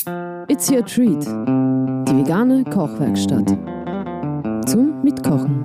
It's your treat. Die vegane Kochwerkstatt. Zum Mitkochen.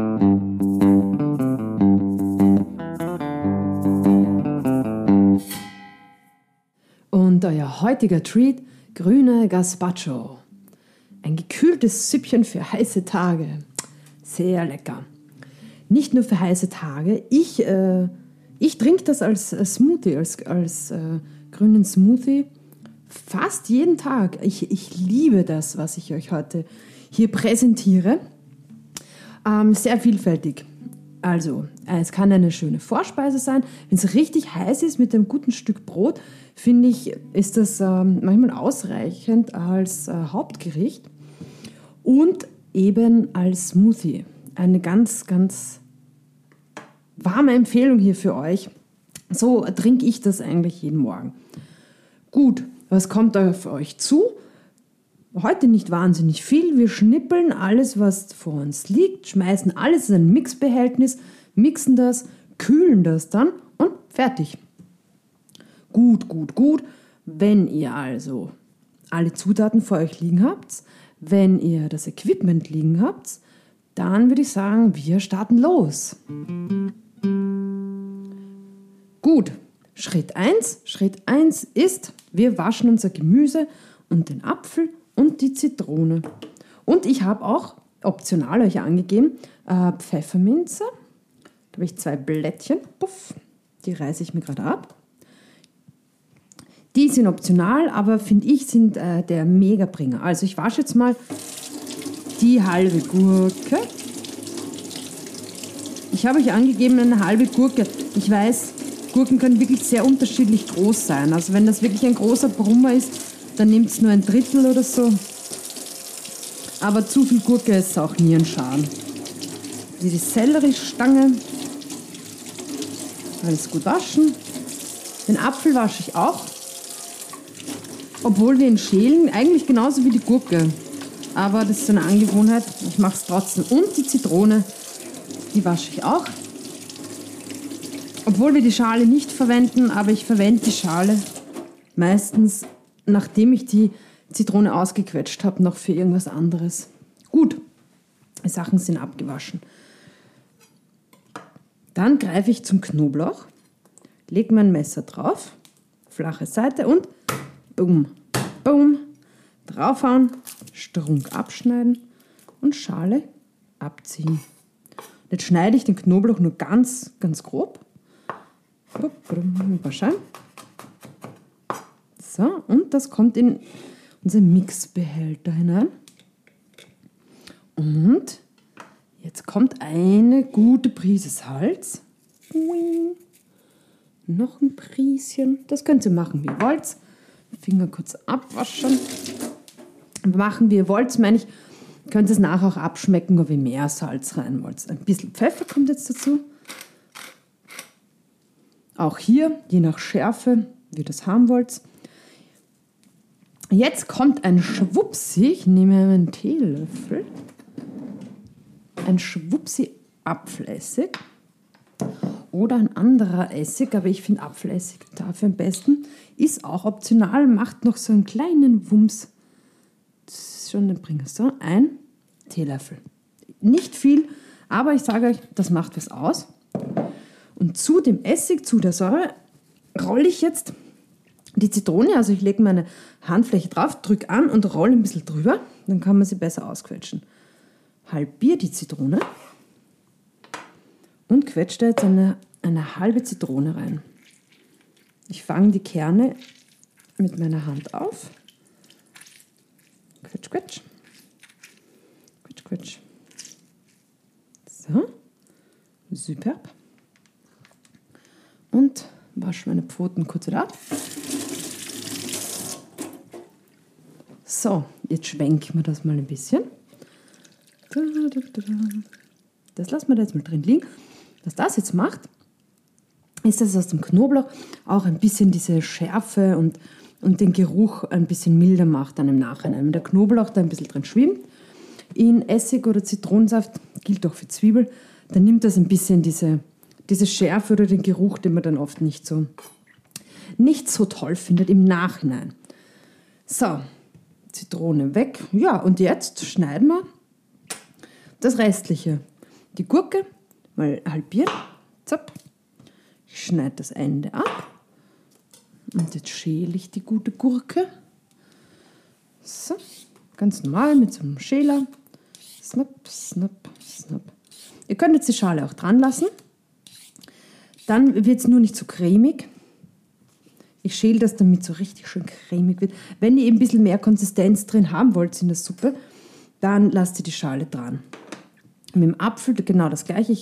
Und euer heutiger Treat, grüner Gazpacho. Ein gekühltes Süppchen für heiße Tage. Sehr lecker. Nicht nur für heiße Tage. Ich trinke das als Smoothie, als grünen Smoothie fast jeden Tag. Ich liebe das, was ich euch heute hier präsentiere. Sehr vielfältig. Also, es kann eine schöne Vorspeise sein. Wenn es richtig heiß ist mit einem guten Stück Brot, finde ich, ist das manchmal ausreichend als Hauptgericht und eben als Smoothie. Eine ganz, ganz warme Empfehlung hier für euch. So trinke ich das eigentlich jeden Morgen. Gut, was kommt auf euch zu? Heute nicht wahnsinnig viel. Wir schnippeln alles, was vor uns liegt, schmeißen alles in ein Mixbehältnis, mixen das, kühlen das dann und fertig. Gut. Wenn ihr also alle Zutaten vor euch liegen habt, wenn ihr das Equipment liegen habt, dann würde ich sagen, wir starten los. Gut, Schritt 1 ist, wir waschen unser Gemüse und den Apfel und die Zitrone. Und ich habe auch optional euch angegeben, Pfefferminze. Da habe ich 2 Blättchen, puff, die reiße ich mir gerade ab. Die sind optional, aber finde ich, sind der Megabringer. Also ich wasche jetzt mal die halbe Gurke. Ich habe euch angegeben, eine halbe Gurke. Ich weiß, Gurken können wirklich sehr unterschiedlich groß sein. Also wenn das wirklich ein großer Brummer ist, dann nehmt es nur ein Drittel oder so. Aber zu viel Gurke ist auch nie ein Schaden. Die Selleriestange. Alles gut waschen. Den Apfel wasche ich auch. Obwohl wir ihn schälen, eigentlich genauso wie die Gurke. Aber das ist eine Angewohnheit. Ich mache es trotzdem. Und die Zitrone, die wasche ich auch. Obwohl wir die Schale nicht verwenden, aber ich verwende die Schale meistens, nachdem ich die Zitrone ausgequetscht habe, noch für irgendwas anderes. Gut, die Sachen sind abgewaschen. Dann greife ich zum Knoblauch, lege mein Messer drauf, flache Seite und boom, draufhauen, Strunk abschneiden und Schale abziehen. Jetzt schneide ich den Knoblauch nur ganz grob. Ein paar Scheiben. So, und das kommt in unseren Mixbehälter hinein. Und jetzt kommt eine gute Prise Salz. Noch ein Prieschen. Das könnt ihr machen, wie ihr wollt. Finger kurz abwaschen. Machen, wie ihr wollt, meine ich. Könnt ihr es nachher auch abschmecken, ob ihr mehr Salz rein wollt. Ein bisschen Pfeffer kommt jetzt dazu. Auch hier, je nach Schärfe, wie ihr das haben wollt. Jetzt kommt ein Schwupsi, ich nehme einen Teelöffel, ein Schwupsi Apfelessig oder ein anderer Essig, aber ich finde Apfelessig dafür am besten. Ist auch optional, macht noch so einen kleinen Wumms. Das ist schon ein Bringer. So, ein Teelöffel. Nicht viel, aber ich sage euch, das macht was aus. Und zu dem Essig, zu der Säure, rolle ich jetzt die Zitrone, also ich lege meine Handfläche drauf, drücke an und rolle ein bisschen drüber, dann kann man sie besser ausquetschen. Halbiere die Zitrone und quetsche da jetzt eine halbe Zitrone rein. Ich fange die Kerne mit meiner Hand auf. Quetsch, quetsch. Quetsch, quetsch. So, superb. Und wasche meine Pfoten kurz wieder ab. So, jetzt schwenken wir das mal ein bisschen. Das lassen wir da jetzt mal drin liegen. Was das jetzt macht, ist, dass es aus dem Knoblauch auch ein bisschen diese Schärfe und den Geruch ein bisschen milder macht dann im Nachhinein. Wenn der Knoblauch da ein bisschen drin schwimmt, in Essig oder Zitronensaft, gilt auch für Zwiebel, dann nimmt das ein bisschen diese Schärfe oder den Geruch, den man dann oft nicht so toll findet im Nachhinein. So, Zitrone weg. Ja, und jetzt schneiden wir das Restliche. Die Gurke mal halbieren. Zapp. Ich schneide das Ende ab. Und jetzt schäle ich die gute Gurke. So, ganz normal mit so einem Schäler. Snap, snap, snap. Ihr könnt jetzt die Schale auch dran lassen. Dann wird es nur nicht so cremig. Ich schäle das, damit so richtig schön cremig wird. Wenn ihr eben ein bisschen mehr Konsistenz drin haben wollt in der Suppe, dann lasst ihr die Schale dran. Mit dem Apfel genau das gleiche.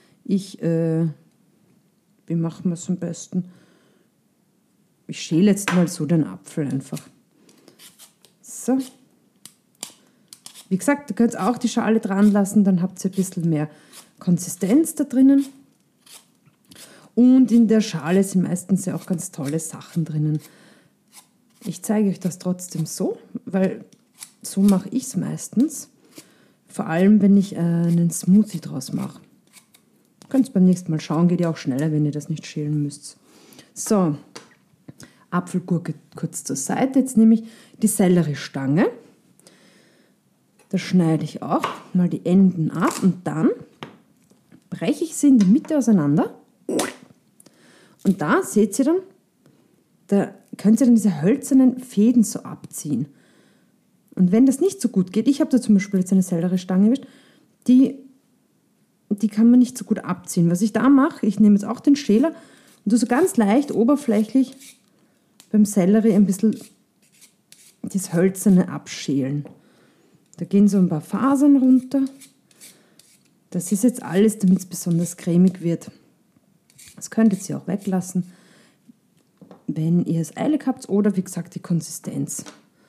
Wie machen wir es am besten? Ich schäle jetzt mal so den Apfel einfach. So. Wie gesagt, ihr könnt auch die Schale dran lassen, dann habt ihr ein bisschen mehr Konsistenz da drinnen. Und in der Schale sind meistens ja auch ganz tolle Sachen drinnen. Ich zeige euch das trotzdem so, weil so mache ich es meistens. Vor allem, wenn ich einen Smoothie draus mache. Ihr könnt es beim nächsten Mal schauen, geht ja auch schneller, wenn ihr das nicht schälen müsst. So, Apfelgurke kurz zur Seite. Jetzt nehme ich die Selleriestange. Da schneide ich auch mal die Enden ab und dann breche ich sie in der Mitte auseinander. Und da seht ihr dann, da könnt ihr dann diese hölzernen Fäden so abziehen. Und wenn das nicht so gut geht, ich habe da zum Beispiel jetzt eine Selleriestange erwischt, die kann man nicht so gut abziehen. Was ich da mache, ich nehme jetzt auch den Schäler und tue so ganz leicht oberflächlich beim Sellerie ein bisschen das Hölzerne abschälen. Da gehen so ein paar Fasern runter. Das ist jetzt alles, damit es besonders cremig wird. Das könnt ihr auch weglassen, wenn ihr es eilig habt oder wie gesagt die Konsistenz.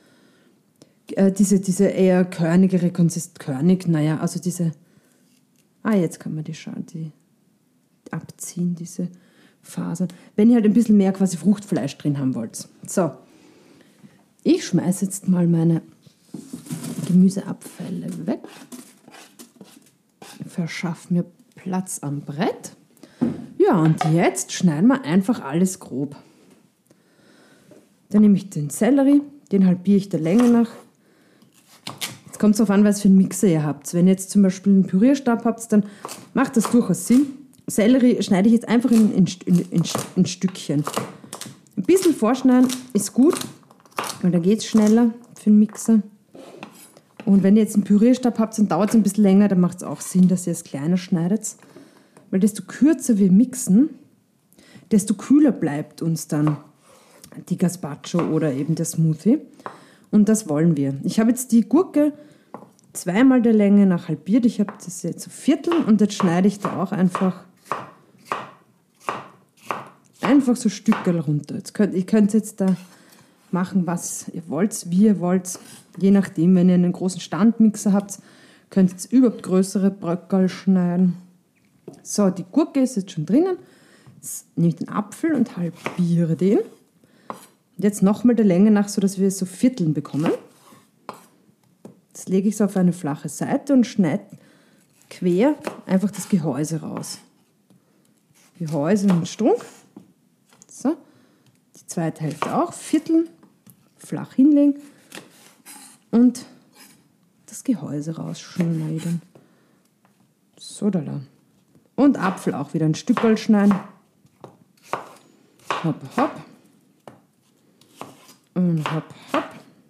Diese eher körnigere Konsistenz, also diese, jetzt kann man die abziehen, diese Fasern. Wenn ihr halt ein bisschen mehr quasi Fruchtfleisch drin haben wollt. So, ich schmeiße jetzt mal meine Gemüseabfälle weg. Verschaffe mir Platz am Brett. Ja, und jetzt schneiden wir einfach alles grob. Dann nehme ich den Sellerie, den halbiere ich der Länge nach. Jetzt kommt es darauf an, was für einen Mixer ihr habt. Wenn ihr jetzt zum Beispiel einen Pürierstab habt, dann macht das durchaus Sinn. Sellerie schneide ich jetzt einfach in Stückchen. Ein bisschen vorschneiden ist gut, weil dann geht es schneller für den Mixer. Und wenn ihr jetzt einen Pürierstab habt, dann dauert es ein bisschen länger, dann macht es auch Sinn, dass ihr es kleiner schneidet. Weil desto kürzer wir mixen, desto kühler bleibt uns dann die Gazpacho oder eben der Smoothie. Und das wollen wir. Ich habe jetzt die Gurke zweimal der Länge nach halbiert. Ich habe das jetzt so Vierteln und jetzt schneide ich da auch einfach so Stückel runter. Ihr könnt jetzt da machen, was ihr wollt, wie ihr wollt. Je nachdem, wenn ihr einen großen Standmixer habt, könnt ihr jetzt überhaupt größere Bröckel schneiden. So, die Gurke ist jetzt schon drinnen. Jetzt nehme ich den Apfel und halbiere den. Und jetzt nochmal der Länge nach, sodass wir so Vierteln bekommen. Jetzt lege ich es auf eine flache Seite und schneide quer einfach das Gehäuse raus. Gehäuse und Strunk. So, die zweite Hälfte auch. Vierteln, flach hinlegen und das Gehäuse rausschneiden. So, da. Und Apfel auch wieder ein Stückchen schneiden. Hopp, hopp. Und hopp, hopp.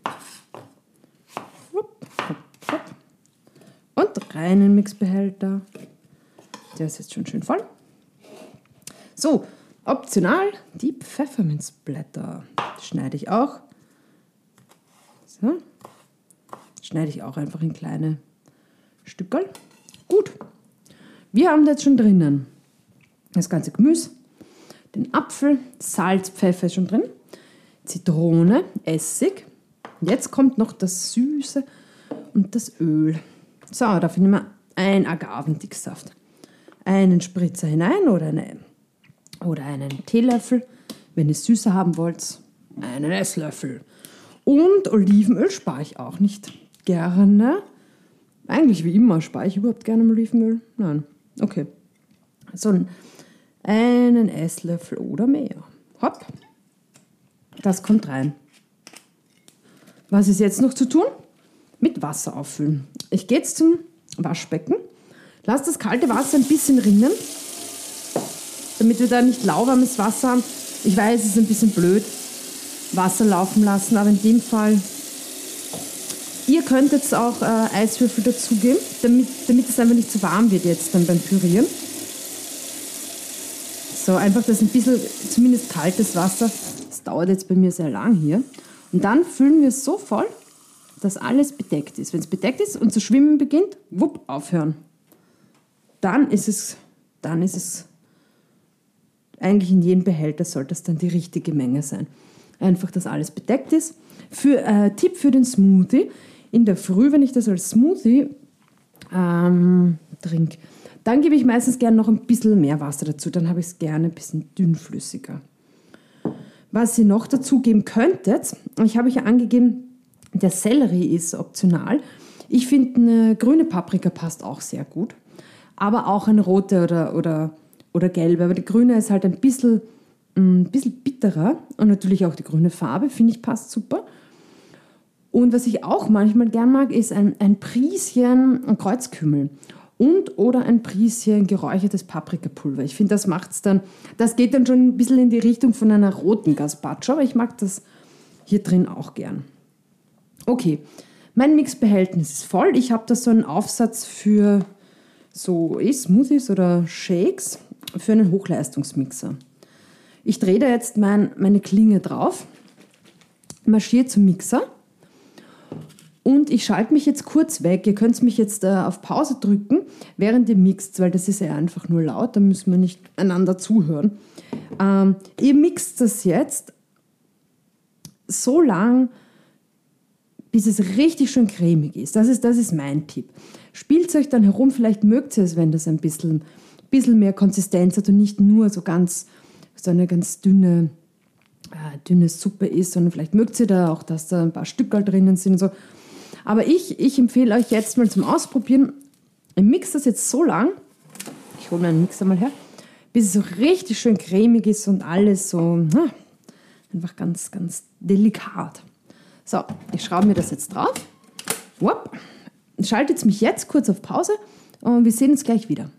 Hopp, hopp, hopp. Und rein in den Mixbehälter. Der ist jetzt schon schön voll. So, optional die Pfefferminzblätter. Die schneide ich auch. So. Schneide ich auch einfach in kleine Stückchen. Gut. Wir haben da jetzt schon drinnen das ganze Gemüse, den Apfel, Salz, Pfeffer ist schon drin, Zitrone, Essig. Jetzt kommt noch das Süße und das Öl. So, dafür nehmen wir einen Agavendicksaft. Einen Spritzer hinein oder einen Teelöffel. Wenn ihr es süßer haben wollt, einen Esslöffel. Und Olivenöl spare ich auch nicht gerne. Eigentlich wie immer, spare ich überhaupt gerne Olivenöl? Nein. Okay. So einen Esslöffel oder mehr. Hopp. Das kommt rein. Was ist jetzt noch zu tun? Mit Wasser auffüllen. Ich gehe jetzt zum Waschbecken, lasse das kalte Wasser ein bisschen rinnen, damit wir da nicht lauwarmes Wasser haben. Ich weiß, es ist ein bisschen blöd, Wasser laufen lassen, aber in dem Fall, ihr könnt jetzt auch Eiswürfel dazugeben, damit es einfach nicht zu warm wird jetzt dann beim Pürieren. So, einfach das ein bisschen, zumindest kaltes Wasser, das dauert jetzt bei mir sehr lang hier. Und dann füllen wir es so voll, dass alles bedeckt ist. Wenn es bedeckt ist und zu schwimmen beginnt, wupp, aufhören. Dann ist es eigentlich in jedem Behälter sollte es dann die richtige Menge sein. Einfach, dass alles bedeckt ist. Tipp für den Smoothie. In der Früh, wenn ich das als Smoothie trinke, dann gebe ich meistens gerne noch ein bisschen mehr Wasser dazu. Dann habe ich es gerne ein bisschen dünnflüssiger. Was ihr noch dazu geben könntet, ich habe ja angegeben, der Sellerie ist optional. Ich finde, eine grüne Paprika passt auch sehr gut. Aber auch eine rote oder gelbe. Aber die grüne ist halt ein bisschen bitterer. Und natürlich auch die grüne Farbe, finde ich, passt super. Und was ich auch manchmal gern mag, ist ein Prieschen Kreuzkümmel. Oder ein Prieschen geräuchertes Paprikapulver. Ich finde, das geht dann schon ein bisschen in die Richtung von einer roten Gazpacho, aber ich mag das hier drin auch gern. Okay, mein Mixbehältnis ist voll. Ich habe da so einen Aufsatz für so Smoothies oder Shakes für einen Hochleistungsmixer. Ich drehe da jetzt meine Klinge drauf, marschiere zum Mixer. Und ich schalte mich jetzt kurz weg. Ihr könnt mich jetzt auf Pause drücken, während ihr mixt, weil das ist ja einfach nur laut, da müssen wir nicht einander zuhören. Ihr mixt das jetzt so lang, bis es richtig schön cremig ist. Das ist mein Tipp. Spielt es euch dann herum, vielleicht mögt ihr es, wenn das ein bisschen mehr Konsistenz hat und nicht nur so eine ganz dünne Suppe ist, sondern vielleicht mögt ihr da auch, dass da ein paar Stückerl drinnen sind und so. Aber ich empfehle euch jetzt mal zum Ausprobieren, ich mixe das jetzt so lang, ich hole meinen Mixer mal her, bis es so richtig schön cremig ist und alles so einfach ganz, ganz delikat. So, ich schraube mir das jetzt drauf. Schaltet mich jetzt kurz auf Pause und wir sehen uns gleich wieder.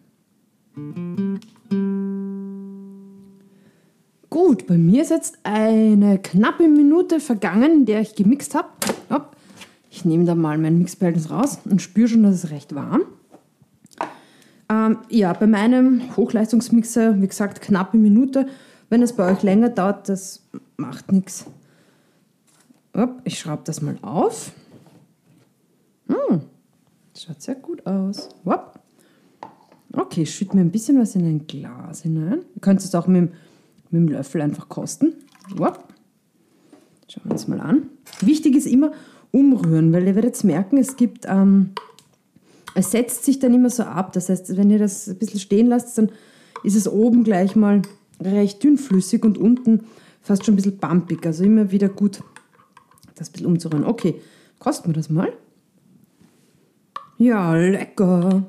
Gut, bei mir ist jetzt eine knappe Minute vergangen, in der ich gemixt habe. Ich nehme da mal mein Mixbehältnis raus und spüre schon, dass es recht warm. Bei meinem Hochleistungsmixer, wie gesagt, knappe Minute. Wenn es bei euch länger dauert, das macht nichts. Ich schraube das mal auf. Das schaut sehr gut aus. Okay, ich schütte mir ein bisschen was in ein Glas hinein. Ihr könnt es auch mit dem Löffel einfach kosten. Schauen wir uns mal an. Wichtig ist immer umrühren, weil ihr werdet merken, es setzt sich dann immer so ab. Das heißt, wenn ihr das ein bisschen stehen lasst, dann ist es oben gleich mal recht dünnflüssig und unten fast schon ein bisschen bumpig. Also immer wieder gut das ein bisschen umzurühren. Okay, kosten wir das mal. Ja, lecker.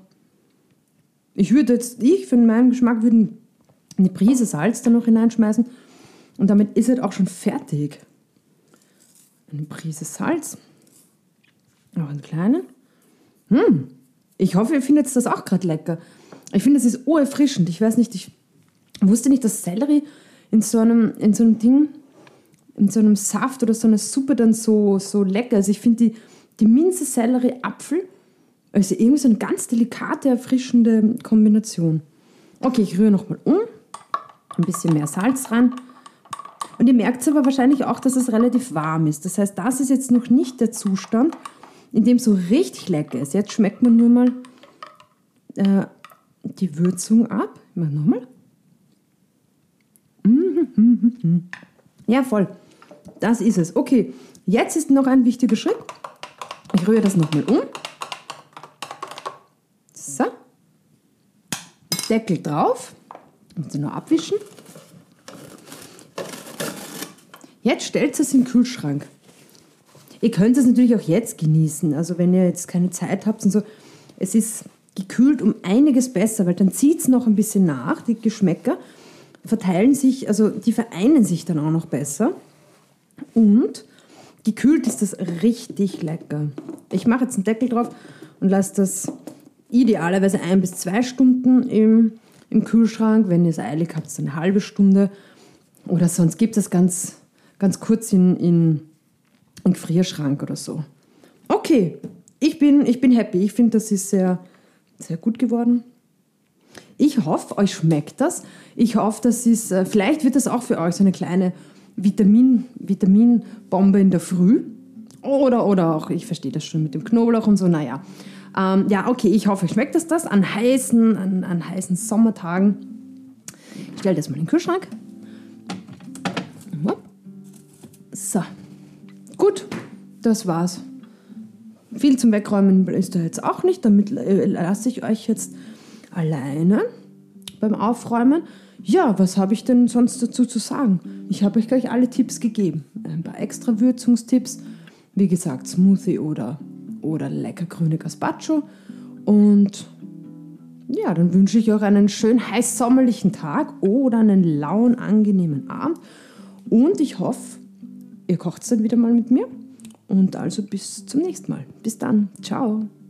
Für meinen Geschmack würde eine Prise Salz da noch hineinschmeißen und damit ist es auch schon fertig. Eine Prise Salz. Auch eine kleine. Ich hoffe, ihr findet das auch gerade lecker. Ich finde, es ist urerfrischend. Ich weiß nicht, ich wusste nicht, dass Sellerie in so einem Ding, in so einem Saft oder so einer Suppe dann so lecker ist. Ich finde die Minze, Sellerie, Apfel, also irgendwie so eine ganz delikate, erfrischende Kombination. Okay, ich rühre nochmal um. Ein bisschen mehr Salz rein. Und ihr merkt aber wahrscheinlich auch, dass es relativ warm ist. Das heißt, das ist jetzt noch nicht der Zustand, in dem es so richtig lecker ist. Jetzt schmeckt man nur mal die Würzung ab. Ich mache nochmal. Ja, voll. Das ist es. Okay, jetzt ist noch ein wichtiger Schritt. Ich rühre das nochmal um. So. Deckel drauf. Musst du nur abwischen. Jetzt stellt es in den Kühlschrank. Ihr könnt es natürlich auch jetzt genießen. Also wenn ihr jetzt keine Zeit habt und so. Es ist gekühlt um einiges besser, weil dann zieht es noch ein bisschen nach. Die Geschmäcker verteilen sich, also die vereinen sich dann auch noch besser. Und gekühlt ist das richtig lecker. Ich mache jetzt einen Deckel drauf und lasse das idealerweise 1 bis 2 Stunden im Kühlschrank. Wenn ihr es eilig habt, so eine halbe Stunde. Oder sonst gibt es ganz kurz in Gefrierschrank oder so. Okay, ich bin happy. Ich finde, das ist sehr, sehr gut geworden. Ich hoffe, euch schmeckt das. Ich hoffe, vielleicht wird das auch für euch so eine kleine Vitaminbombe in der Früh. Oder auch, ich verstehe das schon mit dem Knoblauch und so, naja. Ja, okay, ich hoffe, euch schmeckt das an heißen Sommertagen. Ich stelle das mal in den Kühlschrank. So, gut, das war's. Viel zum Wegräumen ist da jetzt auch nicht, damit lasse ich euch jetzt alleine beim Aufräumen. Ja, was habe ich denn sonst dazu zu sagen? Ich habe euch gleich alle Tipps gegeben. Ein paar extra Würzungstipps, wie gesagt, Smoothie oder lecker grüne Gazpacho. Und ja, dann wünsche ich euch einen schön heiß sommerlichen Tag oder einen lauen, angenehmen Abend. Und ich hoffe, ihr kocht dann wieder mal mit mir. Und also bis zum nächsten Mal. Bis dann. Ciao.